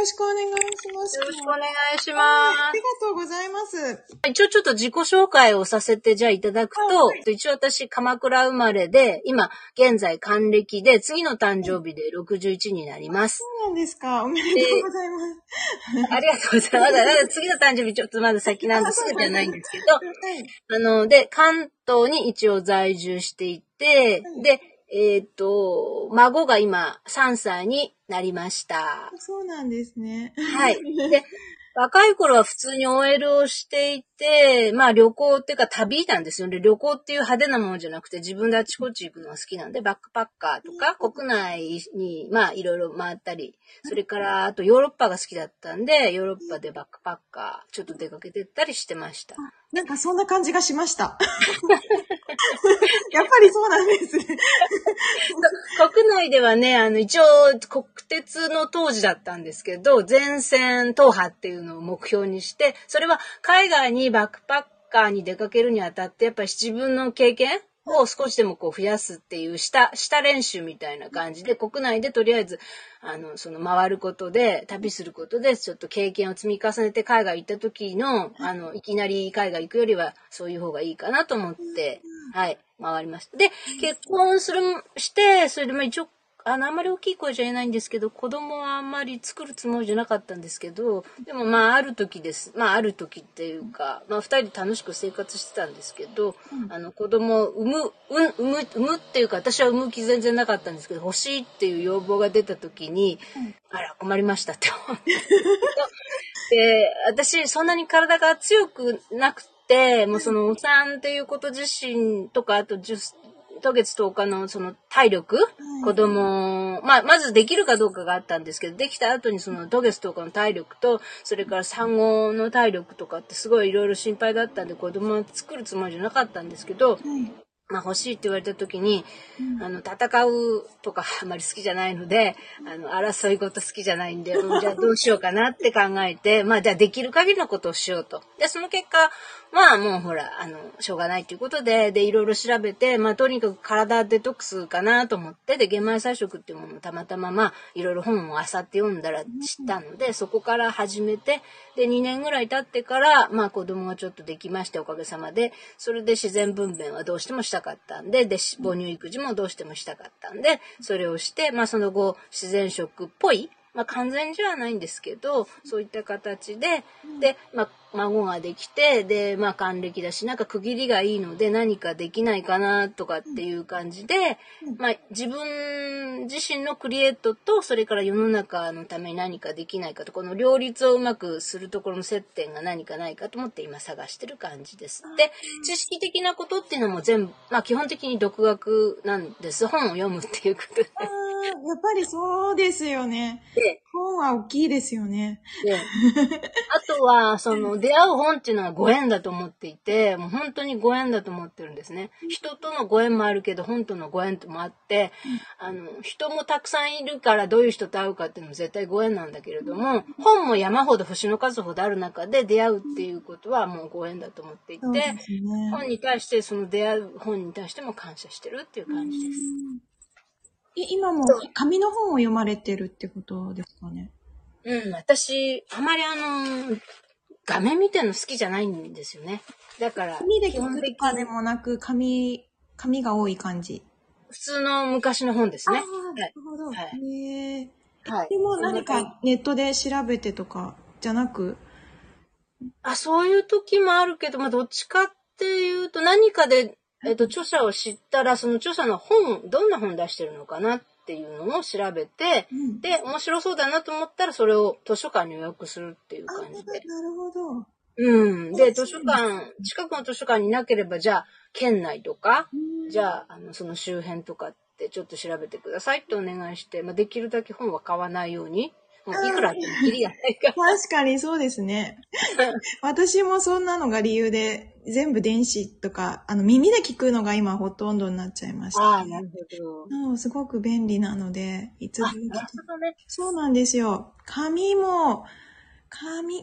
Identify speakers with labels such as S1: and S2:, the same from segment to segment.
S1: ろしくお願いします。
S2: よろしくお願いします。
S1: ありがとうございます。
S2: 一応ちょっと自己紹介をさせてじゃあいただくと、はい、一応私鎌倉生まれで、今現在還暦で、次の誕生日で61になります。
S1: そうなんですか。おめでとうございます。
S2: ありがとうございます。まだ次の誕生日ちょっとまだ先なんですぐじゃないんですけど、で、関東に一応在住していて、で、孫が今3歳になりました。
S1: そうなんですね。
S2: はい。で、若い頃は普通に OL をしていて、まあ旅行っていうか旅なんですよね。旅行っていう派手なものじゃなくて自分であちこち行くのが好きなんで、バックパッカーとか国内にまあいろいろ回ったり、それからあとヨーロッパが好きだったんで、ヨーロッパでバックパッカーちょっと出かけてったりしてました。
S1: なんかそんな感じがしました。やっぱりそうなんですね。
S2: 国内ではね、一応国鉄の当時だったんですけど、全線踏破っていうのを目標にして、それは海外にバックパッカーに出かけるにあたって、やっぱり自分の経験を少しでもこう増やすっていう下練習みたいな感じで、国内でとりあえず、その回ることで、旅することで、ちょっと経験を積み重ねて海外行った時の、いきなり海外行くよりは、そういう方がいいかなと思って、はい、回りました。で、結婚して、それでまあ一応、あんまり大きい声じゃ言えないんですけど、子供はあんまり作るつもりじゃなかったんですけど、でもまあある時です。まあある時っていうか、まあ二人で楽しく生活してたんですけど、子供を産むっていうか、私は産む気全然なかったんですけど、欲しいっていう要望が出た時に、あら、困りましたって思って。で、私、そんなに体が強くなくて、もうそのお産っていうこと自身とか、あと10ヶ月10日のその体力、子供、まずできるかどうかがあったんですけど、できた後にその1ヶ月10日の体力と、それから産後の体力とかってすごいいろいろ心配だったんで、子供を作るつもりじゃなかったんですけど、まあ欲しいって言われた時に、戦うとかあまり好きじゃないので、争い事好きじゃないんで、じゃあどうしようかなって考えて、まあじゃあできる限りのことをしようと。で、その結果、まあもうほら、しょうがないということで、いろいろ調べて、まあとにかく体デトックスかなと思って、で、玄米菜食っていうものをたまたままあ、いろいろ本を漁って読んだら知ったので、そこから始めて、で、2年ぐらい経ってから、まあ子供がちょっとできまして、おかげさまで、それで自然分娩はどうしてもしたかったんで、母乳育児もどうしてもしたかったんで、それをして、まあその後、自然食っぽい、まあ完全じゃないんですけど、そういった形で、で、まあ孫ができて、で、まあ還暦だし、なんか区切りがいいので何かできないかなとかっていう感じで、まあ自分自身のクリエイトと、それから世の中のために何かできないかと、この両立をうまくするところの接点が何かないかと思って今探してる感じです。で、知識的なことっていうのも全部、まあ基本的に独学なんです。本を読むっていうことで。
S1: やっぱりそうですよね。本は大きいですよね。
S2: あとは、その出会う本っていうのはご縁だと思っていて、もう本当にご縁だと思ってるんですね。人とのご縁もあるけど、本とのご縁もあって、人もたくさんいるからどういう人と会うかっていうのも絶対ご縁なんだけれども、本も山ほど星の数ほどある中で出会うっていうことはもうご縁だと思っていて、本に対して、その出会う本に対しても感謝してるっていう感じです。
S1: 今も紙の本を読まれてるってことですかね。
S2: 私、あまり画面見てるの好きじゃないんですよね。だから、
S1: 紙で聞くとかでもなく、紙が多い感じ。
S2: 普通の昔の本ですね。
S1: なるほど。
S2: はい。
S1: でも何かネットで調べてとかじゃなく？
S2: そういう時もあるけど、まあ、どっちかっていうと、何かで、著者を知ったら、その著者の本、どんな本出してるのかなっていうのを調べて、で、面白そうだなと思ったら、それを図書館に予約するっていう感じで。
S1: なるほど。
S2: で、近くの図書館になければ、じゃあ、県内とか、じゃあ、その周辺とかってちょっと調べてくださいってお願いして、まあ、できるだけ本は買わないように、もういくらあってもキリがないから。
S1: 確かにそうですね。私もそんなのが理由で、全部電子とか、耳で聞くのが今ほとんどになっちゃいました。
S2: なるほど。
S1: すごく便利なので、いつでも聞
S2: なるほどね。
S1: そうなんですよ。紙が、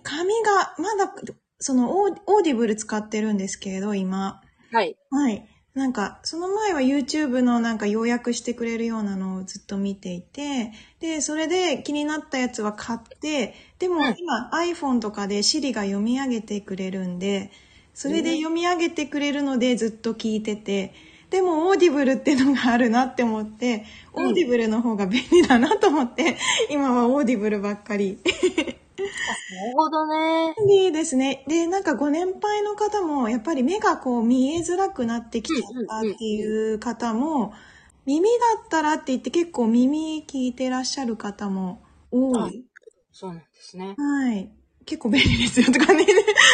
S1: まだ、そのオーディブル使ってるんですけれど、今。
S2: はい。
S1: はい。 なんか、その前は YouTube のなんか要約してくれるようなのをずっと見ていて、で、それで気になったやつは買って、でも今 iPhone とかで Siri が読み上げてくれるんで、それで読み上げてくれるのでずっと聞いてて、でもオーディブルってのがあるなって思って、オーディブルの方が便利だなと思って、今はオーディブルばっかり。
S2: なるほどね。
S1: いいですね。で、なんかご年配の方も、やっぱり目がこう見えづらくなってきちゃったっていう方も、耳だったらって言って結構耳聞いてらっしゃる方も多い。
S2: そうなんですね。
S1: はい。結構便利ですよとかね。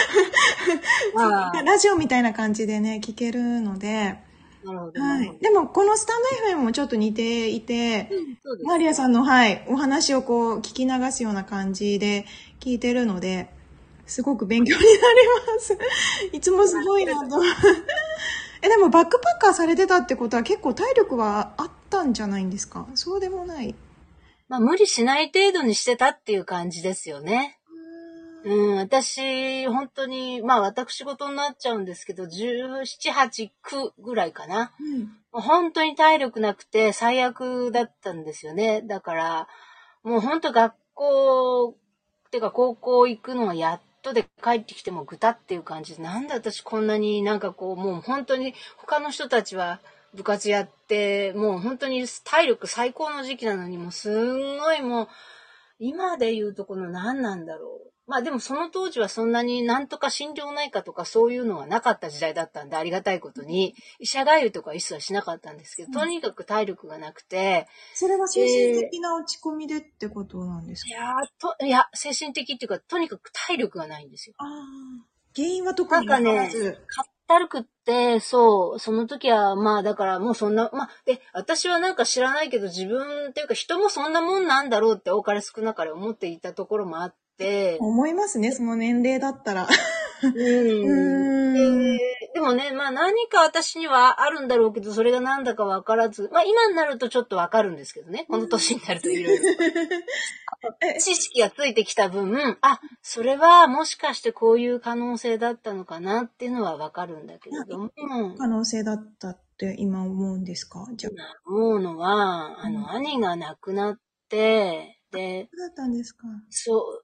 S1: ラジオみたいな感じでね、聞けるので。
S2: なるほど。
S1: はい。でも、このスタンド FM もちょっと似ていて、
S2: そうです。
S1: マリアさんの、はい、お話をこう、聞き流すような感じで聞いてるので、すごく勉強になります。いつもすごいなと。でもバックパッカーされてたってことは結構体力はあったんじゃないんですか？そうでもない。
S2: まあ無理しない程度にしてたっていう感じですよね。私、本当に、まあ私事になっちゃうんですけど、17、8、9ぐらいかな。本当に体力なくて最悪だったんですよね。だから、もう本当学校、ってか高校行くのはやっとで帰ってきてもぐたっていう感じで、なんで私こんなになんかこう、もう本当に他の人たちは部活やって、もう本当に体力最高の時期なのに、もうすんごいもう、今で言うとこの何なんだろう。まあでもその当時はそんなになんとか心療内科とかそういうのはなかった時代だったんで、ありがたいことに、医者がゆとか一切はしなかったんですけど、とにかく体力がなくて。
S1: それは精神的な落ち込みでってことなんですか？
S2: いや、精神的っていうか、とにかく体力がないんですよ。
S1: ああ、原因は特
S2: なん
S1: にわ
S2: かね、
S1: からず。
S2: かったるくって、そう、その時は、まあだからもうそんな、まあ、で、私はなんか知らないけど自分っていうか人もそんなもんなんだろうって多かれ少なかれ思っていたところもあって、
S1: 思いますね、その年齢だったら。
S2: でもね、まあ何か私にはあるんだろうけど、それがなんだかわからず、まあ今になるとちょっとわかるんですけどね、この年になるといろいろ。知識がついてきた分、あ、それはもしかしてこういう可能性だったのかなっていうのはわかるんだけれども。
S1: 可能性だったって今思うんですか？じゃあ。
S2: 思うのは、兄が亡くなって、で、
S1: そうだったんですか？
S2: そう、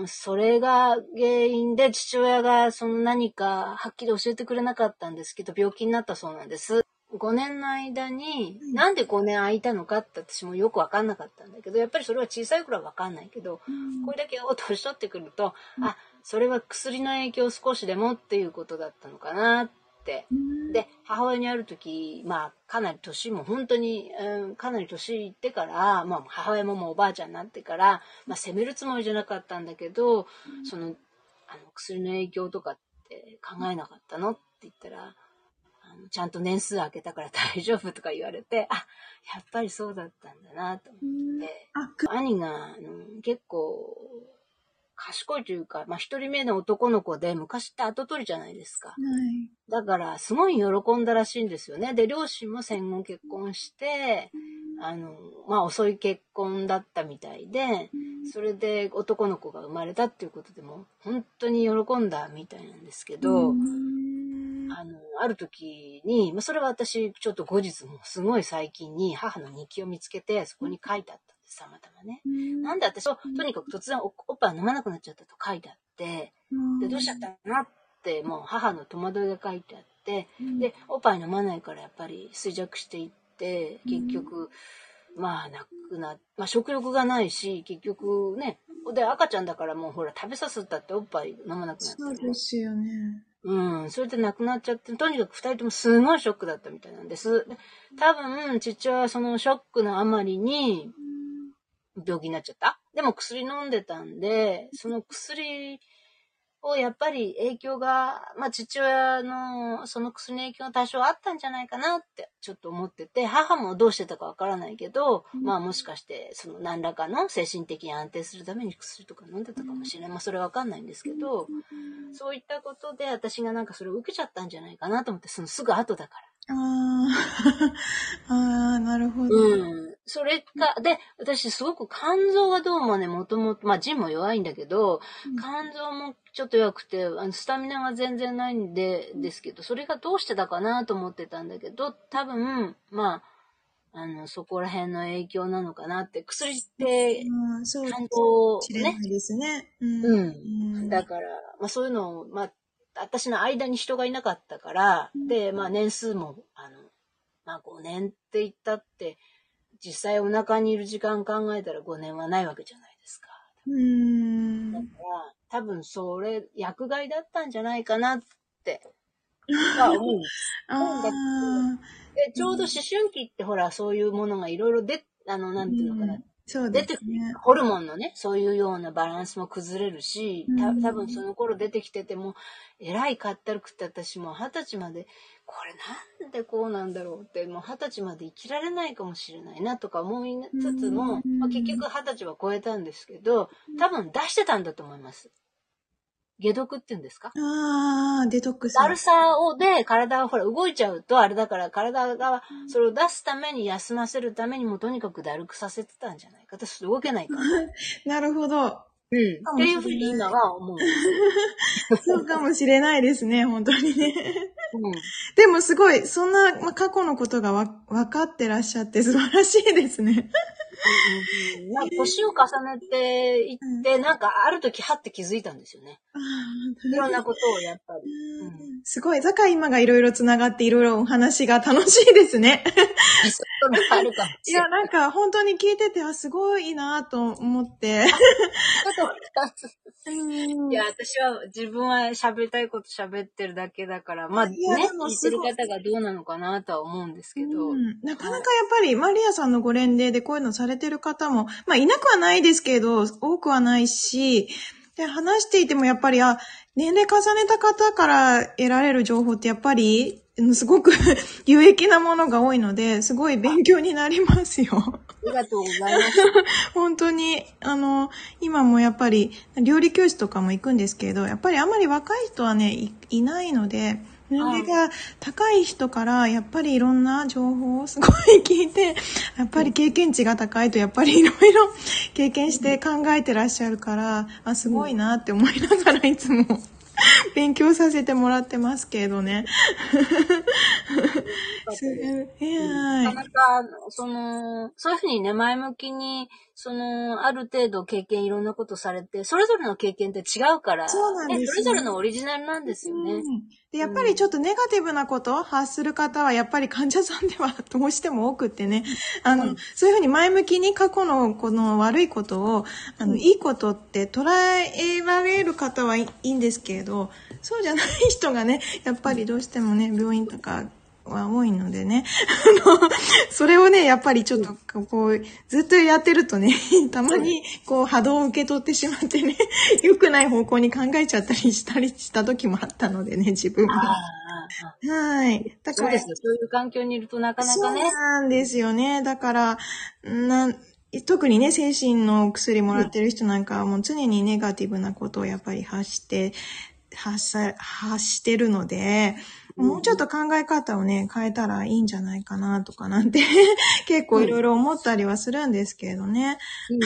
S2: それが原因で父親がその何かはっきり教えてくれなかったんですけど、病気になったそうなんです。5年の間に、なんで5年空いたのかって私もよくわかんなかったんだけど、やっぱりそれは小さい頃はわかんないけど、これだけ年取ってくると、あ、それは薬の影響少しでもっていうことだったのかなって。で、母親にある時、まあ、かなり年も本当に、かなり年いってから、まあ、母親ももうおばあちゃんになってから、まあ、責めるつもりじゃなかったんだけど、その、薬の影響とかって考えなかったのって言ったら、ちゃんと年数空けたから大丈夫とか言われて、あ、やっぱりそうだったんだなと思って、兄が、結構、賢いというか、まあ、一人目の男の子で、昔って後取りじゃないですか。だから、すごい喜んだらしいんですよね。で、両親も戦後結婚して、まあ、遅い結婚だったみたいで、それで男の子が生まれたっていうことでも、本当に喜んだみたいなんですけど、ある時に、まあ、それは私、ちょっと後日もすごい最近に母の日記を見つけて、そこに書いてあったんです、たまたまね。なんで私とにかく突然おっぱい飲まなくなっちゃったと書いてあって、で、どうしちゃったのって、もう母の戸惑いが書いてあって、で、おっぱい飲まないからやっぱり衰弱していって、結局、まあ、なくな、まあ、食欲がないし、結局ね、で、赤ちゃんだからもうほら、食べさせたっておっぱい飲まなくなって。
S1: そうですよね。
S2: それで亡くなっちゃって、とにかく二人ともすごいショックだったみたいなんです。で多分、父親はそのショックのあまりに、病気になっちゃった。でも薬飲んでたんで、その薬をやっぱり影響が、まあ父親のその薬の影響が多少あったんじゃないかなってちょっと思ってて、母もどうしてたかわからないけど、まあもしかしてその何らかの精神的に安定するために薬とか飲んでたかもしれない。まあそれはわかんないんですけど、そういったことで私がなんかそれを受けちゃったんじゃないかなと思って、そのすぐ後だから。
S1: ああ、なるほど。
S2: それか、で、私すごく肝臓がどうもね、もともと、まあ、腎も弱いんだけど、肝臓もちょっと弱くて、スタミナが全然ないんですけど、それがどうしてたかなと思ってたんだけど、多分、まあ、そこら辺の影響なのかなって、薬って、
S1: そう
S2: 肝臓ね。
S1: 知れないですね。
S2: だから、まあそういうのを、まあ、私の間に人がいなかったから、で、まあ年数も、まあ5年って言ったって、実際お腹にいる時間考えたら5年はないわけじゃないですか。だから多分それ薬害だったんじゃないかなっては思うんです。でちょうど思春期ってほらそういうものがいろいろなんていうのかな。
S1: そうですね。
S2: 出てくるホルモンのね、そういうようなバランスも崩れるし、多分その頃出てきてても、えらいかったるくって私も20歳まで、これなんでこうなんだろうって、もう20歳まで生きられないかもしれないなとか思いつつも、まあ、結局20歳は超えたんですけど、多分出してたんだと思います。解毒って言うんですか？
S1: デトックス。
S2: だるさで体がほら動いちゃうとあれだから体がそれを出すために休ませるためにもとにかくだるくさせてたんじゃないか。私動けないから。
S1: なるほど。
S2: っていうふうに今は思うんです。
S1: そうかもしれないですね、本当にね。でもすごい、そんな過去のことが分かってらっしゃって素晴らしいですね。
S2: 年を重ねていって、なんかある時はって気づいたんですよね。いろんなことをやっぱり。
S1: すごい。だから今がいろいろつながっていろいろお話が楽しいですね。いや、なんか本当に聞いてて、すごいなと思って。
S2: いや、私は自分は喋りたいこと喋ってるだけだから、まあね、聞いてる方がどうなのかなとは思うんですけど。
S1: なかなかやっぱりマリアさんのご年齢でこういうのされてる方も、まあいなくはないですけど、多くはないし、で、話していてもやっぱり、年齢重ねた方から得られる情報ってやっぱり、すごく有益なものが多いので、すごい勉強になりますよ。
S2: ありがとうございます。
S1: 本当に、今もやっぱり、料理教室とかも行くんですけど、やっぱりあまり若い人はね、いないので、年齢が高い人からやっぱりいろんな情報をすごい聞いて、やっぱり経験値が高いとやっぱりいろいろ経験して考えてらっしゃるから、すごいなって思いながらいつも勉強させてもらってますけどね。
S2: なかなか、そういうふうにね、前向きに、ある程度経験いろんなことされて、それぞれの経験って違うから、
S1: そうなんですね。
S2: それぞれのオリジナルなんですよね。
S1: でやっぱりちょっとネガティブなことを発する方は、やっぱり患者さんではどうしても多くってね、そういうふうに前向きに過去のこの悪いことを、いいことって捉えられる方はいいんですけれど、そうじゃない人がね、やっぱりどうしてもね、病院とか、は多いのでね。それをね、やっぱりちょっと、こう、ずっとやってるとね、たまに、こう、波動を受け取ってしまってね、良くない方向に考えちゃったりした時もあったのでね、自分も。はい。
S2: だからそうですね。そういう環境にいるとなかなかね。
S1: そうなんですよね。だから、特にね、精神の薬もらってる人なんかはもう常にネガティブなことをやっぱり発してるので、もうちょっと考え方をね、変えたらいいんじゃないかなとかなんて結構いろいろ思ったりはするんですけれどね。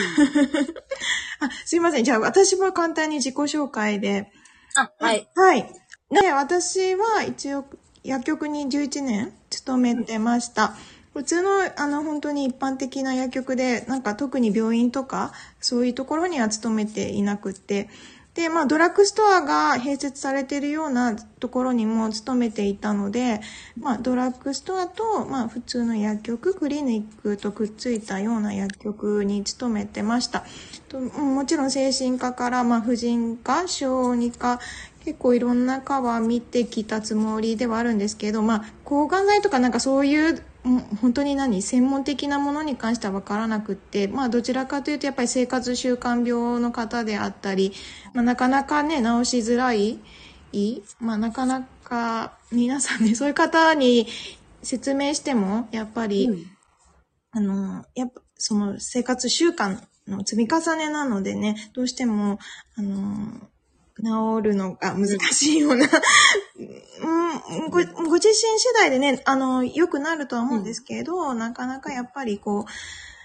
S1: すいません。じゃあ私も簡単に自己紹介で。
S2: はい。
S1: はい。で、私は一応薬局に11年勤めてました。普通の、本当に一般的な薬局で、なんか特に病院とか、そういうところには勤めていなくって、で、ドラッグストアが併設されているようなところにも勤めていたので、ドラッグストアと、普通の薬局、クリニックとくっついたような薬局に勤めてました。もちろん精神科から、婦人科、小児科、結構いろんな科は見てきたつもりではあるんですけど、抗がん剤とかなんかそういう、本当に専門的なものに関しては分からなくって、どちらかというとやっぱり生活習慣病の方であったり、なかなかね、治しづらい、なかなか皆さんね、そういう方に説明しても、やっぱり、やっぱその生活習慣の積み重ねなのでね、どうしても、治るのが難しいような、ご自身次第でね、良くなるとは思うんですけど、なかなかやっぱりこう、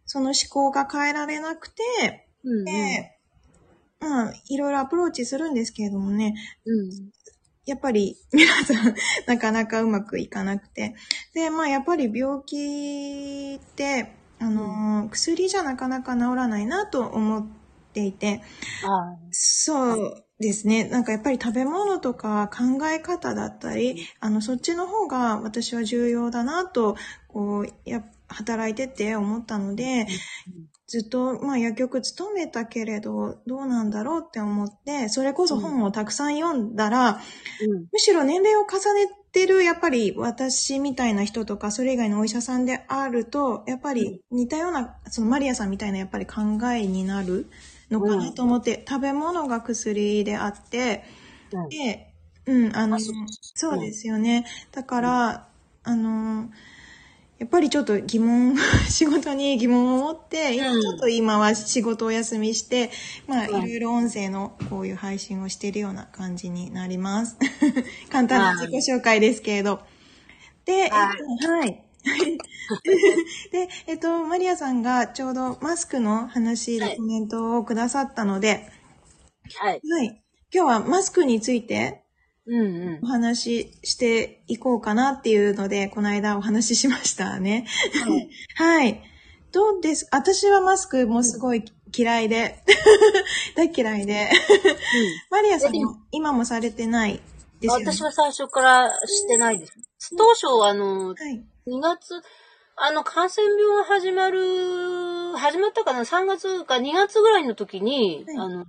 S1: その思考が変えられなくて、で、いろいろアプローチするんですけれどもね、やっぱり皆さんなかなかうまくいかなくて。で、やっぱり病気って、薬じゃなかなか治らないなと思っていて、そうですね。なんかやっぱり食べ物とか考え方だったり、そっちの方が私は重要だなと、働いてて思ったので、ずっと、薬局勤めたけれど、どうなんだろうって思って、それこそ本をたくさん読んだら、むしろ年齢を重ねてる、やっぱり私みたいな人とか、それ以外のお医者さんであると、やっぱり似たような、そのマリアさんみたいなやっぱり考えになるのかなと思って、食べ物が薬であって、で、そうですよね。だから、やっぱりちょっと仕事に疑問を持って、ちょっと今は仕事をお休みして、いろいろ音声のこういう配信をしているような感じになります。簡単な自己紹介ですけれど。で、はい。で、マリアさんがちょうどマスクの話でコメントをくださったので、はい。今日はマスクについて、お話ししていこうかなっていうので、この間お話ししましたね。はい。どうです？私はマスクもすごい嫌いで、大嫌いで。マリアさんも今もされてないですよね。
S2: 私は最初からしてないです。当初、2月、感染病が始まったかな、3月か2月ぐらいの時に、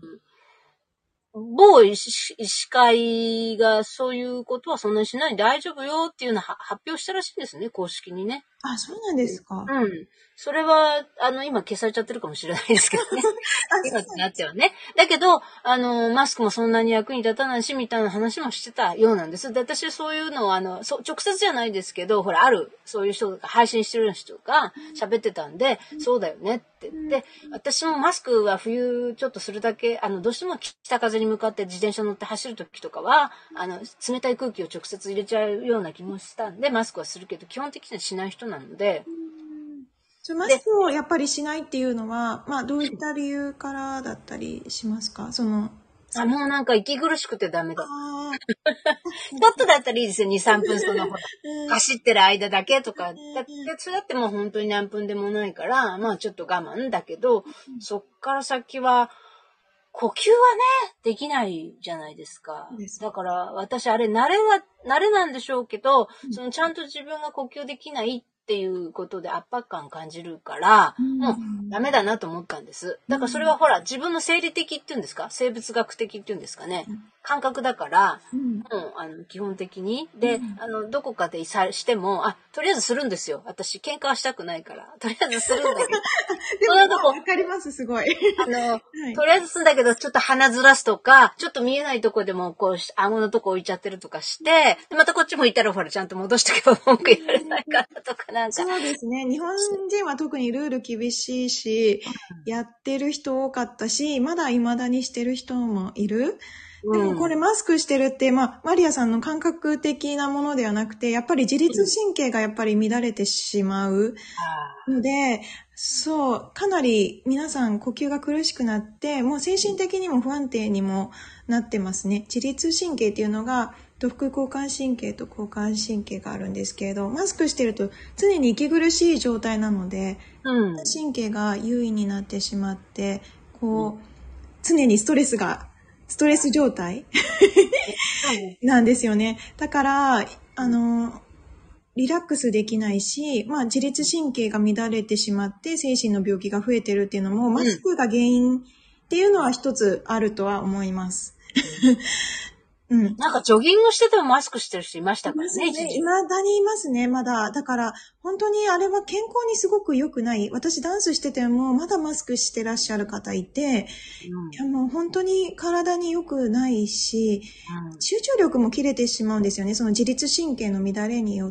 S2: 某医師会がそういうことはそんなにしない大丈夫よっていうのを発表したらしいんですね、公式にね。
S1: そうなんですか。
S2: それは、今消されちゃってるかもしれないですけどね。今となってはね。だけど、マスクもそんなに役に立たないし、みたいな話もしてたようなんです。で、私はそういうのを、直接じゃないですけど、ほら、そういう人が、配信してる人が喋ってたんで、そうだよねって言って、私もマスクは冬ちょっとするだけ、どうしても北風に向かって自転車乗って走るときとかは、冷たい空気を直接入れちゃうような気もしたんで、マスクはするけど、基本的にはしない人なので、
S1: マスクをやっぱりしないっていうのは、どういった理由からだったりしますか？
S2: もうなんか息苦しくてダメだ。ちょっとだったらいいですよ、2、3分走ってる間だけとか。それだってもう本当に何分でもないから、ちょっと我慢だけど、そっから先は、呼吸はね、できないじゃないですか。だから私あれ慣れなんでしょうけど、ちゃんと自分が呼吸できないっていうことで圧迫感感じるから、もうダメだなと思ったんです。だからそれはほら、自分の生理的っていうんですか？生物学的っていうんですかね。感覚だから、もう基本的に。で、どこかでしても、とりあえずするんですよ。私、喧嘩はしたくないから。とりあえずするんだけど。
S1: でも、わかります、すごい。
S2: とりあえずするんだけど、ちょっと鼻ずらすとか、ちょっと見えないとこでも、顎のとこ置いちゃってるとかして、でまたこっちもいたら、ほら、ちゃんと戻しておけば文句言われないからとかなんか。
S1: そうですね。日本人は特にルール厳しいし、やってる人多かったし、まだ未だにしてる人もいる。でもこれマスクしてるって、マリアさんの感覚的なものではなくて、やっぱり自律神経がやっぱり乱れてしまうので、そう、かなり皆さん呼吸が苦しくなって、もう精神的にも不安定にもなってますね。自律神経っていうのが、副交感神経と交感神経があるんですけれど、マスクしてると常に息苦しい状態なので、神経が優位になってしまって、常にストレス状態なんですよね。だから、リラックスできないし、自律神経が乱れてしまって精神の病気が増えてるっていうのも、マスクが原因っていうのは一つあるとは思います。
S2: なんかジョギングしててもマスクしてる人いましたからね。
S1: 未だにいますね、まだ。だから、本当にあれは健康にすごく良くない。私ダンスしてても、まだマスクしてらっしゃる方いて、もう本当に体に良くないし、集中力も切れてしまうんですよね。その自律神経の乱れによって、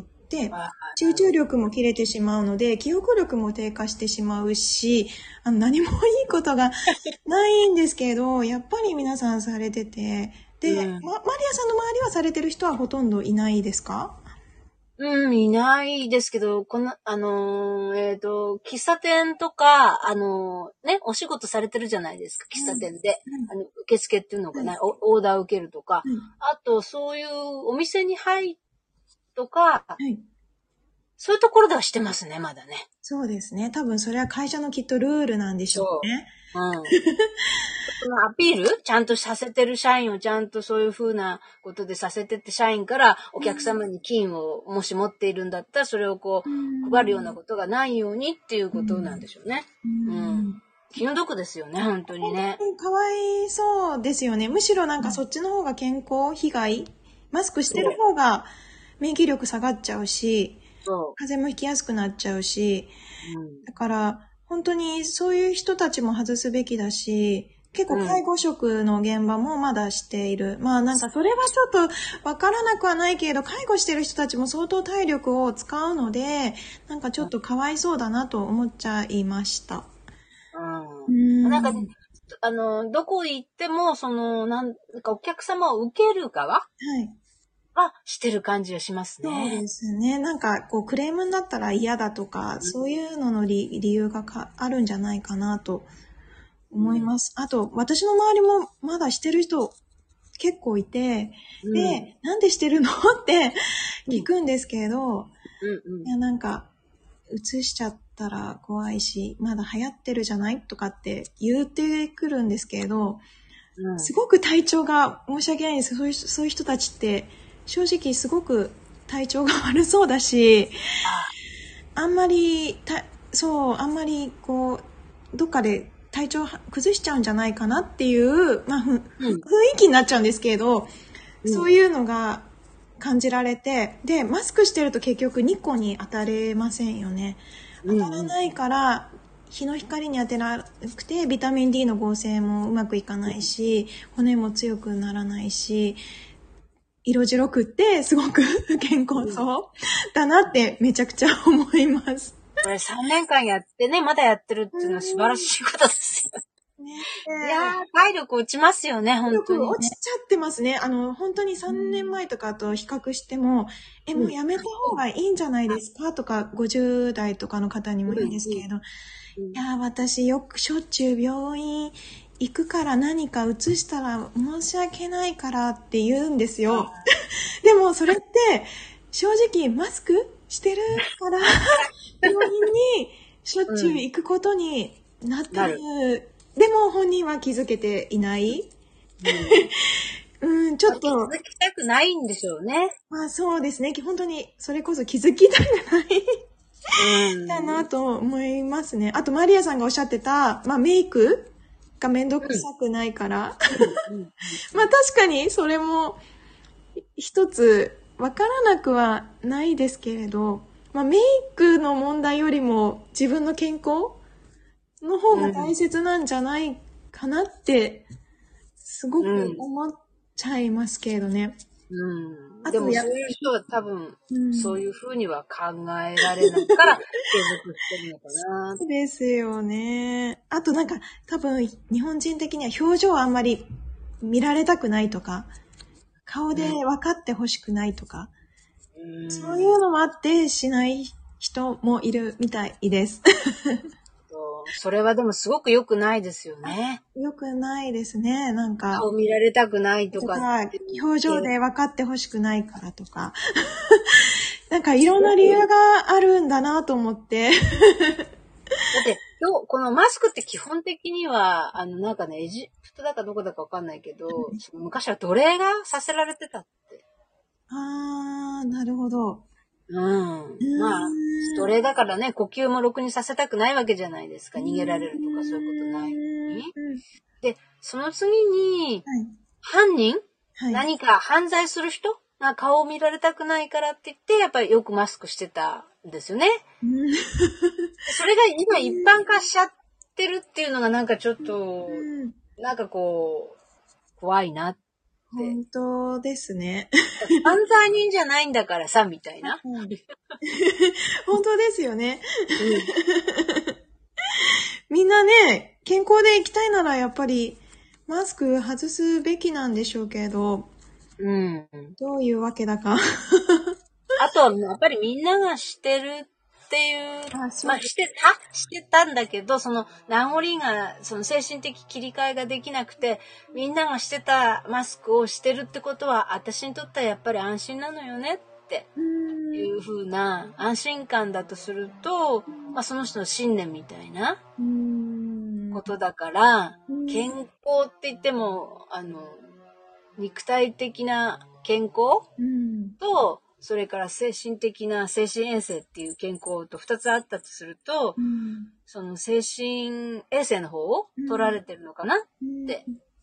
S1: 集中力も切れてしまうので、記憶力も低下してしまうし、何もいいことがないんですけど、やっぱり皆さんされてて、で、マリアさんの周りはされてる人はほとんどいないですか？
S2: いないですけど、喫茶店とか、お仕事されてるじゃないですか、喫茶店で。受付っていうのかな、オーダー受けるとか。あと、そういうお店に入るとか、そういうところではしてますね、まだね。
S1: そうですね。多分それは会社のきっとルールなんでしょうね。
S2: そのアピールちゃんとさせてる社員をちゃんとそういう風なことでさせてって社員からお客様に金をもし持っているんだったらそれをこう配るようなことがないようにっていうことなんでしょうね。気の毒ですよね、本当にね。
S1: かわいそうですよね。むしろなんかそっちの方が健康被害、マスクしてる方が免疫力下がっちゃうし、風邪もひきやすくなっちゃうし、だから本当にそういう人たちも外すべきだし、結構介護職の現場もまだしている。まあなんかそれはちょっとわからなくはないけれど、介護してる人たちも相当体力を使うので、なんかちょっとかわいそうだなと思っちゃいました。
S2: なんか、どこ行っても、なんかお客様を受ける側はしてる感じがしますね。
S1: そうですね。なんかこうクレームになったら嫌だとか、そういうのの理由があるんじゃないかなと思います。あと、私の周りもまだしてる人結構いて、で、なんでしてるのって聞くんですけど、いやなんか、移しちゃったら怖いし、まだ流行ってるじゃないとかって言ってくるんですけど、すごく体調が申し訳ないんですけど、そういう人たちって正直すごく体調が悪そうだし、あんまりこう、どっかで体調崩しちゃうんじゃないかなっていう、まあ、雰囲気になっちゃうんですけど、そういうのが感じられて、で、マスクしてると結局日光に当たれませんよね。当たらないから、日の光に当てなくて、ビタミン D の合成もうまくいかないし、骨も強くならないし、色白くってすごく健康そうだなってめちゃくちゃ思います。
S2: これ3年間やってね、まだやってるっていうのは素晴らしいことですよ。いやー、体力落ちますよね、本当に、ね。
S1: 落ちちゃってますね。本当に3年前とかと比較しても、もうやめた方がいいんじゃないですかとか、50代とかの方にもいいんですけれど、いやー、私しょっちゅう病院行くから何か移したら申し訳ないからって言うんですよ。でもそれって正直マスクしてるから病院にしょっちゅう行くことになってる。でも本人は気づけていない。ちょっと。
S2: 気づきたくないんでしょうね。
S1: まあそうですね。本当にそれこそ気づきたくないだなと思いますね。あとマリアさんがおっしゃってた、まあメイクがめんどくさくないから。まあ確かにそれも一つわからなくはないですけれど、まあメイクの問題よりも自分の健康の方が大切なんじゃないかなってすごく思っちゃいますけれどね。
S2: でもそういう人は多分、そういうふうには考えられないから継続してるのかな。
S1: そうですよね。あとなんか多分日本人的には表情をあんまり見られたくないとか、顔で分かってほしくないとか、そういうのもあってしない人もいるみたいです。
S2: それはでもすごく良くないですよね。
S1: 良くないですね。なんか。
S2: 顔見られたくないとか。
S1: 表情で分かってほしくないからとか。なんかいろんな理由があるんだなと思って。
S2: だってこのマスクって基本的には、なんかね、エジプトだかどこだかわかんないけど、昔は奴隷がさせられてたって。
S1: なるほど。
S2: まあ、奴隷だからね、呼吸もろくにさせたくないわけじゃないですか。逃げられるとかそういうことないのに。で、その次に、犯人、何か犯罪する人が顔を見られたくないからって言って、やっぱりよくマスクしてたんですよね。それが今一般化しちゃってるっていうのがなんかちょっと、なんかこう、怖いなって。
S1: 本当ですね。
S2: 犯罪人じゃないんだからさ、みたいな。
S1: 本当ですよね。みんなね、健康で生きたいならやっぱりマスク外すべきなんでしょうけど、どういうわけだか。
S2: あとはやっぱりみんながしてるっていう、してたんだけど、その名残が、その精神的切り替えができなくて、みんながしてたマスクをしてるってことは、私にとってはやっぱり安心なのよねっていう風な安心感だとすると、その人の信念みたいなことだから、健康って言っても、肉体的な健康と、それから精神的な精神衛生っていう健康と2つあったとすると、その精神衛生の方を取られてるのかなって。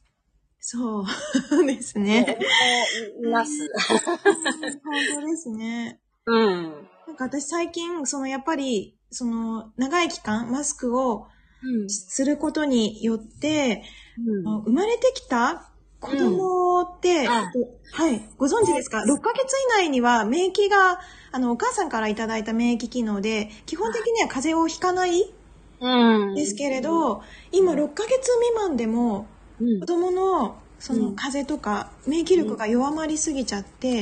S1: そうですね。
S2: います。
S1: 本当ですね。なんか私最近、やっぱり、長い期間マスクをすることによって、生まれてきた子供って、はい、ご存知ですか？ 6 ヶ月以内には免疫が、お母さんからいただいた免疫機能で、基本的には風邪をひかないですけれど、今6ヶ月未満でも、子供の風邪とか免疫力が弱まりすぎちゃって、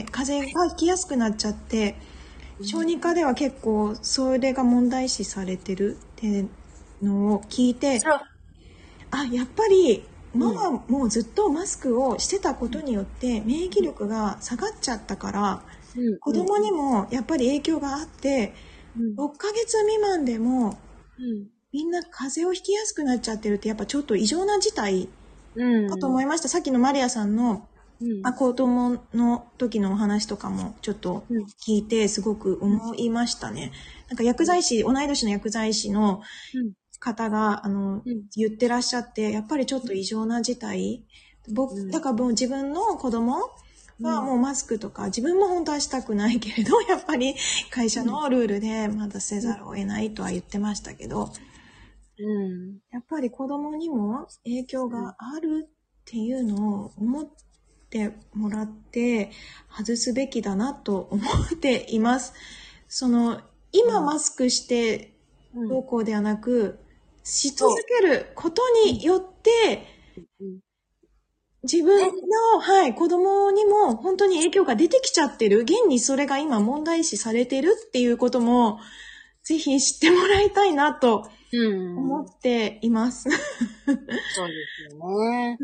S1: 風邪がひきやすくなっちゃって、小児科では結構それが問題視されてるっていうのを聞いて、やっぱりママもずっとマスクをしてたことによって免疫力が下がっちゃったから、子供にもやっぱり影響があって、6ヶ月未満でもみんな風邪をひきやすくなっちゃってるって、やっぱちょっと異常な事態かと思いました。さっきのマリアさんの子供の時のお話とかもちょっと聞いてすごく思いましたね。なんか薬剤師、同い年の薬剤師の方が言ってらっしゃって、やっぱりちょっと異常な事態。だからもう自分の子供はもうマスクとか自分も本当はしたくないけれど、やっぱり会社のルールでまだせざるを得ないとは言ってましたけど、やっぱり子供にも影響があるっていうのを思ってもらって外すべきだなと思っています。今マスクしてどうこうではなく、し続けることによって、自分の、子供にも本当に影響が出てきちゃってる。現にそれが今問題視されてるっていうことも、ぜひ知ってもらいたいなと思っています。
S2: そうですよね。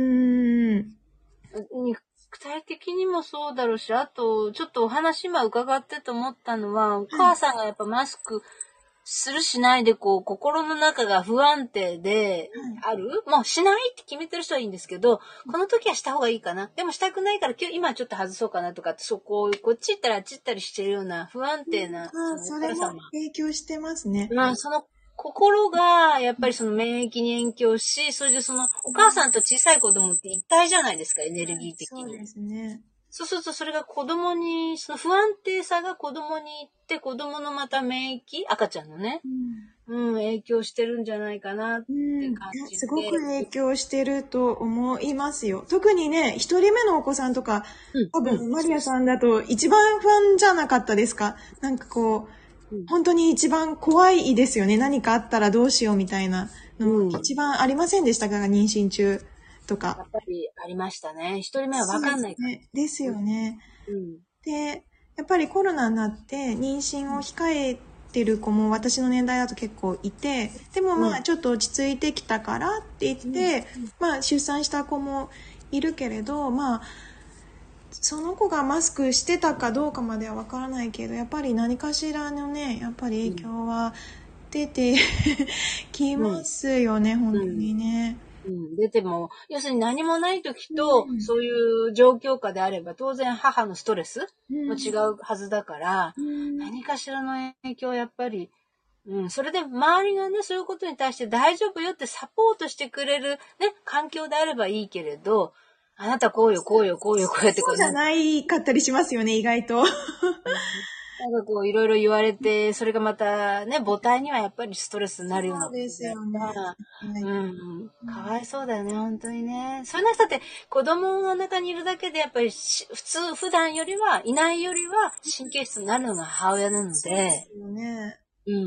S2: 肉体的にもそうだろうし、あと、ちょっとお話今伺ってと思ったのは、お母さんがやっぱマスクするしないで心の中が不安定である、もうしないって決めてる人はいいんですけど、この時はした方がいいかな。でもしたくないから今はちょっと外そうかなとかって、こっち行ったりあっち行ったりしてるような不安定な。
S1: それも影響してますね。
S2: その心が、やっぱりその免疫に影響し、それでお母さんと小さい子供って一体じゃないですか、エネルギー的に。
S1: そうですね。
S2: そうするとそれが子供に、その不安定さが子供に行って、子供のまた免疫、赤ちゃんのね、影響してるんじゃないかなって感じで。
S1: すごく影響してると思いますよ。特にね、一人目のお子さんとか、多分マリアさんだと一番不安じゃなかったですか？なんか本当に一番怖いですよね。何かあったらどうしようみたいなの、一番ありませんでしたか？妊娠中とか。
S2: やっぱりありましたね。一人目は分かんないから。
S1: ですよね。で、やっぱりコロナになって妊娠を控えてる子も私の年代だと結構いて、でもちょっと落ち着いてきたからって言って、出産した子もいるけれど、その子がマスクしてたかどうかまではわからないけど、やっぱり何かしらのね、やっぱり影響は出てきますよね、本当にね。
S2: 出ても、要するに何もない時と、そういう状況下であれば、当然母のストレスも違うはずだから、何かしらの影響はやっぱり、それで周りがね、そういうことに対して大丈夫よってサポートしてくれるね、環境であればいいけれど、あなたこうよ、こうよ、こうよ、こうやって
S1: そうじゃないかったりしますよね、意外と。
S2: なんかいろいろ言われて、それがまたね、母体にはやっぱりストレスになるような
S1: ことですよね。
S2: かわいそうだよね、本当にね。そんな人って子供の中にいるだけでやっぱり普段よりは、いないよりは神経質になるのが母親なので。そうですよね。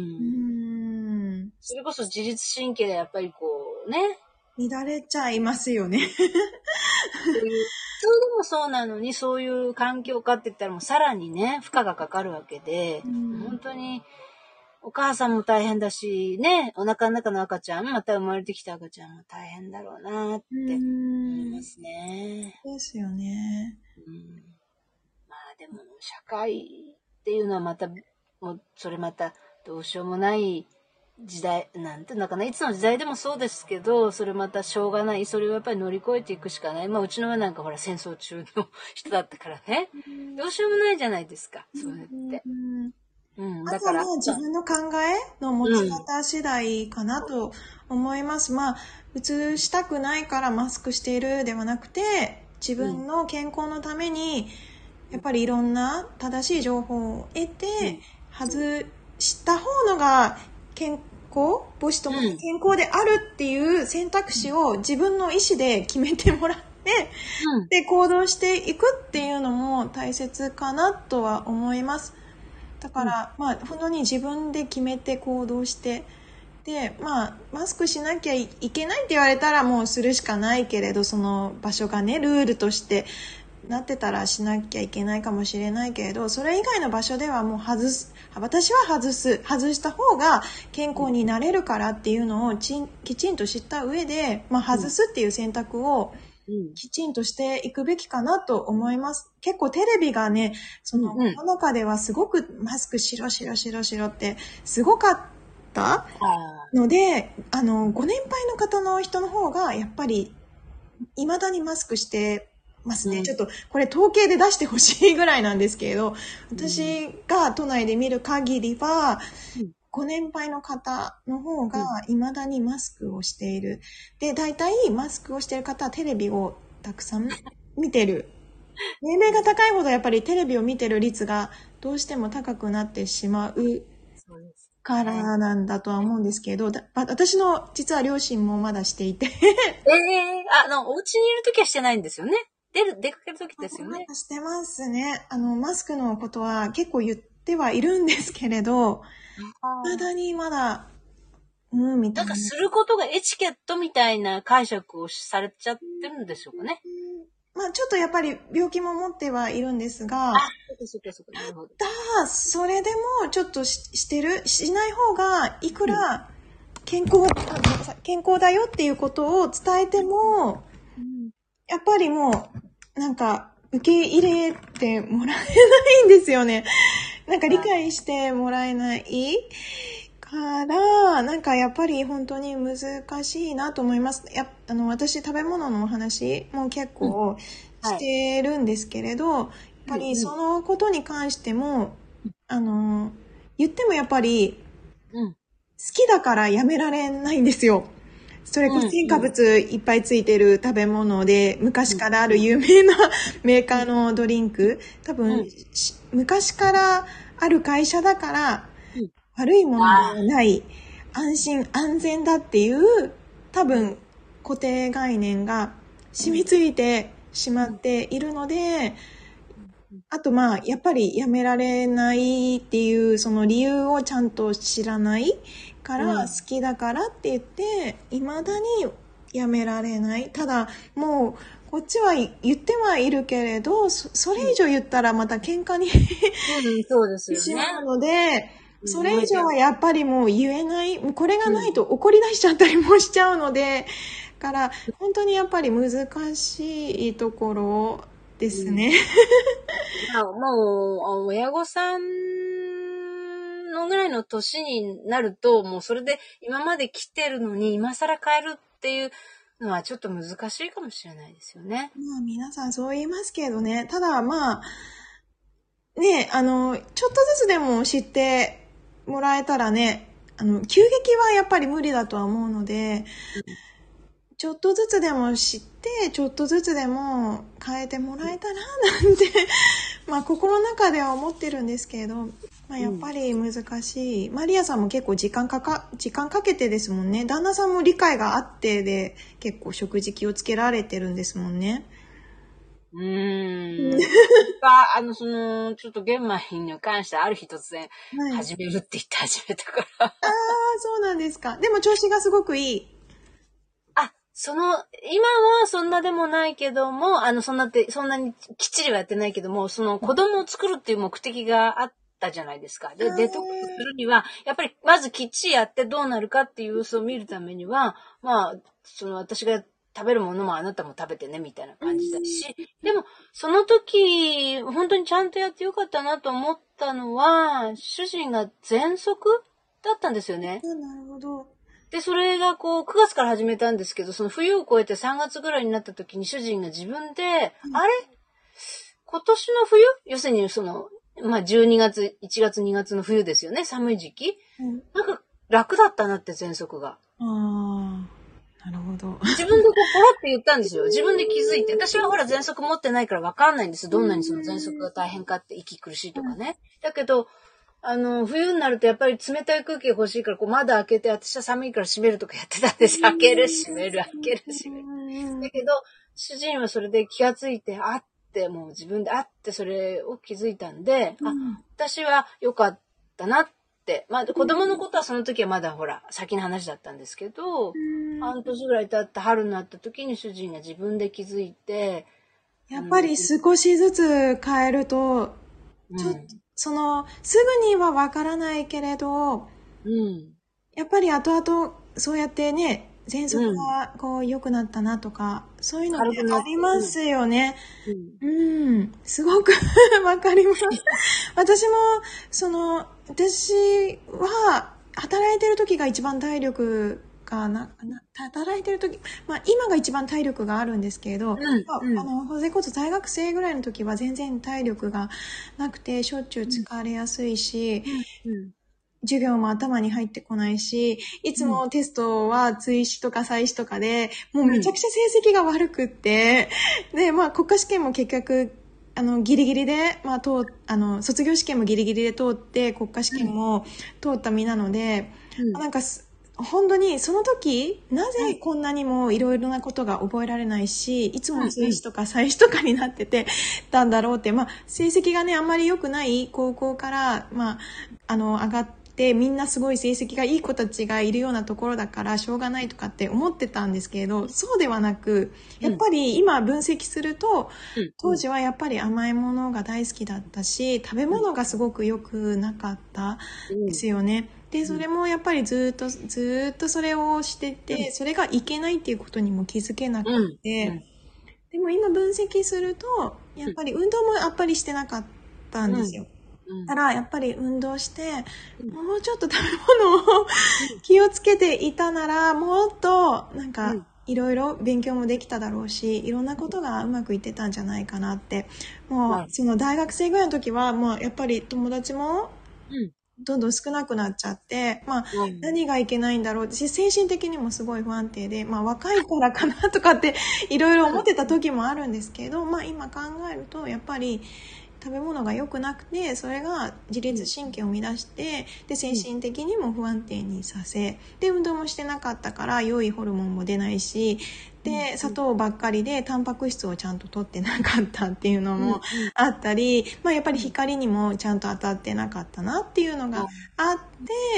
S2: それこそ自律神経でやっぱりね。
S1: 乱れちゃいますよね。
S2: でもそうなのに、そういう環境かって言ったらもうさらにね、負荷がかかるわけで、本当に、お母さんも大変だし、ね、お腹の中の赤ちゃん、また生まれてきた赤ちゃんも大変だろうなって思いますね。
S1: ですよね。
S2: まあでも、社会っていうのはまた、もう、それまた、どうしようもない時代、なんていうのかな、いつの時代でもそうですけど、それまたしょうがない、それをやっぱり乗り越えていくしかない。まあ、うちの親なんかほら、戦争中の人だったからね、どうしようもないじゃないですか、そうやって。だから。
S1: あとはまあ自分の考えの持ち方次第かなと思います。まあ、うつしたくないからマスクしているではなくて、自分の健康のために、やっぱりいろんな正しい情報を得て、外した方のが健康、母子ともに健康であるっていう選択肢を自分の意思で決めてもらって、で、行動していくっていうのも大切かなとは思います。だから、まあ、本当に自分で決めて行動して、で、まあ、マスクしなきゃいけないって言われたらもうするしかないけれど、その場所がね、ルールとしてなってたらしなきゃいけないかもしれないけれど、それ以外の場所ではもう私は外した方が健康になれるからっていうのをきちんと知った上で、まあ、外すっていう選択を、きちんとしていくべきかなと思います。結構テレビがね、その世の中ではすごくマスクしろってすごかったので、ご年配の方の人の方がやっぱり未だにマスクしてますね。ちょっとこれ統計で出してほしいぐらいなんですけれど、私が都内で見る限りは、ご年配の方の方が未だにマスクをしている。で、大体マスクをしている方はテレビをたくさん見てる。年齢が高いほどやっぱりテレビを見てる率がどうしても高くなってしまうからなんだとは思うんですけど、私の実は両親もまだしていて。
S2: お家にいるときはしてないんですよね。出かけるときですよね。
S1: してますね。マスクのことは結構言ってはいるんですけれど、まだ、みたいな。
S2: なんかすることがエチケットみたいな解釈をされちゃってるんでしょうかね。
S1: まあちょっとやっぱり病気も持ってはいるんですが、それでもちょっとしない方がいくら健康だよっていうことを伝えても、やっぱりもうなんか受け入れてもらえないんですよね。なんか理解してもらえないから、なんかやっぱり本当に難しいなと思います。私食べ物のお話も結構してるんですけれど、やっぱりそのことに関しても、言ってもやっぱり、好きだからやめられないんですよ。それこそ添加物いっぱいついてる食べ物で、昔からある有名なメーカーのドリンク、多分、昔からある会社だから、悪いものではない、安心安全だっていう多分固定概念が染みついてしまっているので、あとまあやっぱりやめられないっていうその理由をちゃんと知らないから、好きだからって言って未だにやめられない。ただもうこっちは言ってはいるけれど、それ以上言ったらまた喧嘩に
S2: そうですよね。
S1: しまうので、それ以上はやっぱりもう言えない、これがないと怒り出しちゃったりもしちゃうので、から本当にやっぱり難しいところですね。
S2: もう、親御さんのぐらいの年になると、もうそれで今まで来てるのに今更変えるっていうのはちょっと難しいかもしれないですよね。
S1: まあ皆さんそう言いますけどね。ただまあ、ね、ちょっとずつでも知ってもらえたらね、急激はやっぱり無理だとは思うので、ちょっとずつでも知って、ちょっとずつでも変えてもらえたらなんて、まあ心の中では思ってるんですけれど、まあやっぱり難しい。マリアさんも結構時間かけてですもんね。旦那さんも理解があってで、結構食事気をつけられてるんですもんね。
S2: ちょっと玄米に関してある日突然、始めるって言って始めたから。
S1: そうなんですか。でも調子がすごくいい。
S2: 今はそんなでもないけども、そんなにきっちりはやってないけども、その子供を作るっていう目的があったじゃないですか。で、デトックスするには、やっぱりまずきっちりやってどうなるかっていう様子を見るためには、まあ、私が食べるものもあなたも食べてね、みたいな感じだし、でも、その時、本当にちゃんとやってよかったなと思ったのは、主人が喘息だったんですよね。
S1: なるほど。
S2: で、それが9月から始めたんですけど、その冬を越えて3月ぐらいになった時に主人が自分で、あれ今年の冬要するに12月、1月、2月の冬ですよね。寒い時期。なんか楽だったなって喘息が。
S1: なるほど。
S2: 自分でポロって言ったんですよ。自分で気づいて。私はほら喘息持ってないから分かんないんです。どんなにその喘息が大変かって息苦しいとかね。だけど、冬になるとやっぱり冷たい空気が欲しいから、窓開けて、私は寒いから閉めるとかやってたんです。開ける、閉める、開ける、閉める。だけど、主人はそれで気がついて、もう自分でそれを気づいたんで、私は良かったなって。まあ、子供のことはその時はまだほら、先の話だったんですけど、半年ぐらい経った春になった時に主人が自分で気づいて。
S1: やっぱり少しずつ変えると、ちょっと、すぐにはわからないけれど、やっぱり後々、そうやってね、喘息が良くなったなとか、そういうのってありますよね。すごくわかります。私も、私は、働いてる時が一番体力が働いてる時、今が一番体力があるんですけれど、それこそ大学生ぐらいの時は全然体力がなくて、しょっちゅう疲れやすいし、授業も頭に入ってこないし、いつもテストは追試とか再試とかで、もうめちゃくちゃ成績が悪くって、で、国家試験も結局、ギリギリで、卒業試験もギリギリで通って、国家試験も通った身なので、なんか、本当にその時、なぜこんなにもいろいろなことが覚えられないし、いつも追試とか再試とかになっててたんだろうって、成績がね、あんまり良くない高校から、上がって、みんなすごい成績がいい子たちがいるようなところだからしょうがないとかって思ってたんですけれど、そうではなく、やっぱり今分析すると、当時はやっぱり甘いものが大好きだったし、食べ物がすごく良くなかったですよね。で、それもやっぱりずっとそれをしてて、それがいけないっていうことにも気づけなくて、でも今分析すると、やっぱり運動もやっぱりしてなかったんですよ。だからやっぱり運動して、もうちょっと食べ物を気をつけていたなら、もっとなんかいろいろ勉強もできただろうし、いろんなことがうまくいってたんじゃないかなって。もうその大学生ぐらいの時は、もうやっぱり友達もどんどん少なくなっちゃって、何がいけないんだろうって、精神的にもすごい不安定で、若いからかなとかっていろいろ思ってた時もあるんですけど、今考えるとやっぱり食べ物が良くなくて、それが自律神経を乱して、で、精神的にも不安定にさせ、で、運動もしてなかったから良いホルモンも出ないし、で、砂糖ばっかりでタンパク質をちゃんと取ってなかったっていうのもあったり、やっぱり光にもちゃんと当たってなかったなっていうのがあって、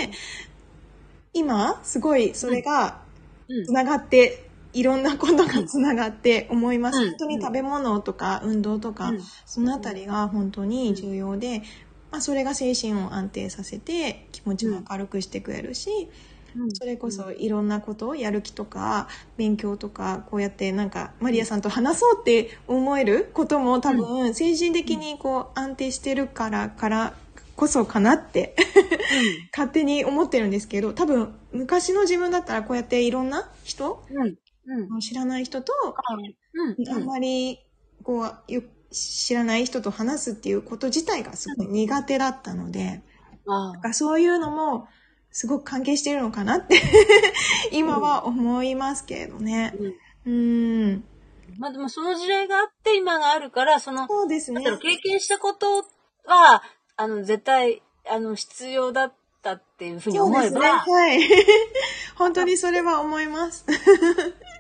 S1: 今、すごいそれがつながって、いろんなことがつながって思います。本当に食べ物とか運動とか、そのあたりが本当に重要で、それが精神を安定させて気持ちも明るくしてくれるし、それこそいろんなことをやる気とか勉強とか、こうやってなんかマリアさんと話そうって思えることも多分精神的に安定してるからこそかなって勝手に思ってるんですけど、多分昔の自分だったらこうやっていろんな人、知らない人とあんまり知らない人と話すっていうこと自体がすごい苦手だったので、なんかそういうのもすごく関係してるのかなって今は思いますけれどね。で
S2: もその時代があって今があるから、
S1: そうですね。
S2: 経験したことは、絶対、必要だったっていうふうに思えば。
S1: そうですね。はい。本当にそれは思います。